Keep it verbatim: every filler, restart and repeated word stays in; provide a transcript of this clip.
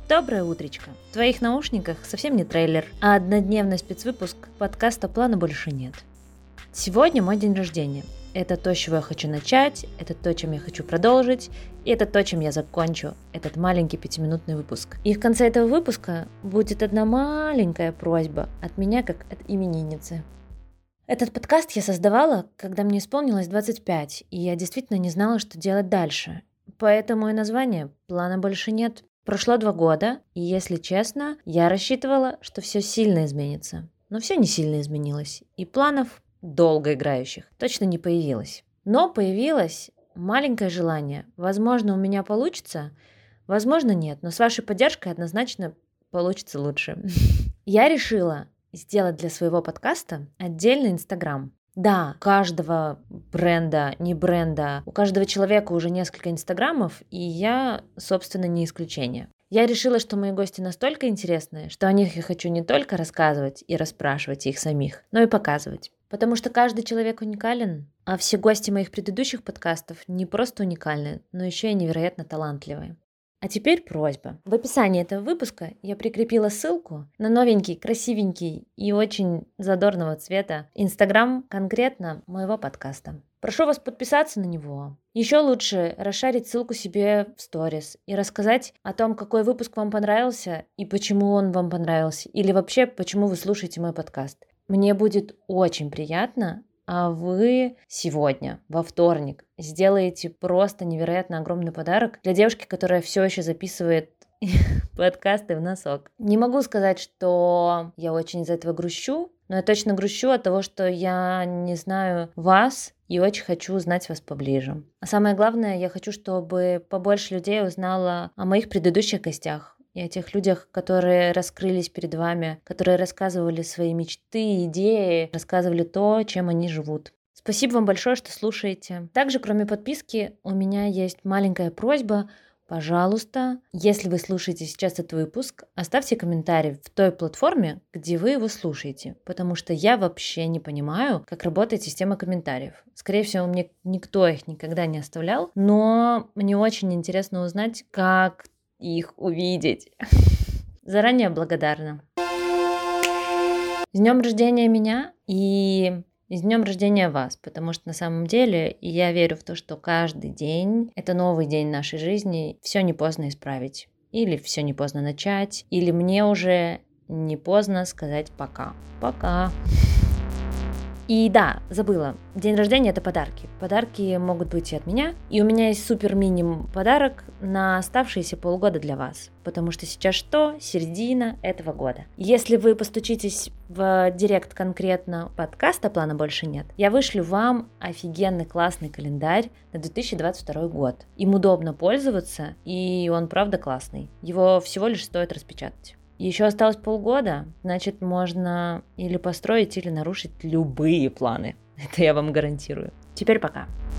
Доброе утречко. В твоих наушниках совсем не трейлер, а однодневный спецвыпуск подкаста «Плана больше нет». Сегодня мой день рождения. Это то, с чего я хочу начать, это то, чем я хочу продолжить, и это то, чем я закончу этот маленький пятиминутный выпуск. И в конце этого выпуска будет одна маленькая просьба от меня, как от именинницы. Этот подкаст я создавала, когда мне исполнилось двадцать пять, и я действительно не знала, что делать дальше. Поэтому и название «Плана больше нет». Прошло два года, и, если честно, я рассчитывала, что все сильно изменится. Но все не сильно изменилось, и планов долгоиграющих точно не появилось. Но появилось маленькое желание. Возможно, у меня получится, возможно, нет, но с вашей поддержкой однозначно получится лучше. Я решила сделать для своего подкаста отдельный Инстаграм. Да, у каждого бренда, не бренда, у каждого человека уже несколько инстаграмов, и я, собственно, не исключение. Я решила, что мои гости настолько интересные, что о них я хочу не только рассказывать и расспрашивать их самих, но и показывать. Потому что каждый человек уникален, а все гости моих предыдущих подкастов не просто уникальны, но еще и невероятно талантливые. А теперь просьба. В описании этого выпуска я прикрепила ссылку на новенький, красивенький и очень задорного цвета Инстаграм конкретно моего подкаста. Прошу вас подписаться на него. Еще лучше расшарить ссылку себе в сторис и рассказать о том, какой выпуск вам понравился и почему он вам понравился, или вообще, почему вы слушаете мой подкаст. Мне будет очень приятно, а вы сегодня, во вторник, сделаете просто невероятно огромный подарок для девушки, которая все еще записывает подкасты в носок. Не могу сказать, что я очень из-за этого грущу, но я точно грущу от того, что я не знаю вас и очень хочу узнать вас поближе. А самое главное, я хочу, чтобы побольше людей узнало о моих предыдущих гостях и о тех людях, которые раскрылись перед вами, которые рассказывали свои мечты, идеи, рассказывали то, чем они живут. Спасибо вам большое, что слушаете. Также, кроме подписки, у меня есть маленькая просьба. Пожалуйста, если вы слушаете сейчас этот выпуск, оставьте комментарий в той платформе, где вы его слушаете, потому что я вообще не понимаю, как работает система комментариев. Скорее всего, мне никто их никогда не оставлял, но мне очень интересно узнать, как их увидеть. Заранее благодарна. С днем рождения меня и с днем рождения вас, потому что на самом деле я верю в то, что каждый день — это новый день нашей жизни, все не поздно исправить. Или все не поздно начать, или мне уже не поздно сказать пока. Пока. И да, забыла, день рождения — это подарки. Подарки могут быть и от меня. И у меня есть супер-минимум подарок на оставшиеся полгода для вас. Потому что сейчас что? Середина этого года. Если вы постучитесь в директ конкретно подкаста «Плана больше нет», я вышлю вам офигенный классный календарь на две тысячи двадцать второй год. Им удобно пользоваться, и он правда классный. Его всего лишь стоит распечатать. Еще осталось полгода, значит, можно или построить, или нарушить любые планы. Это я вам гарантирую. Теперь пока.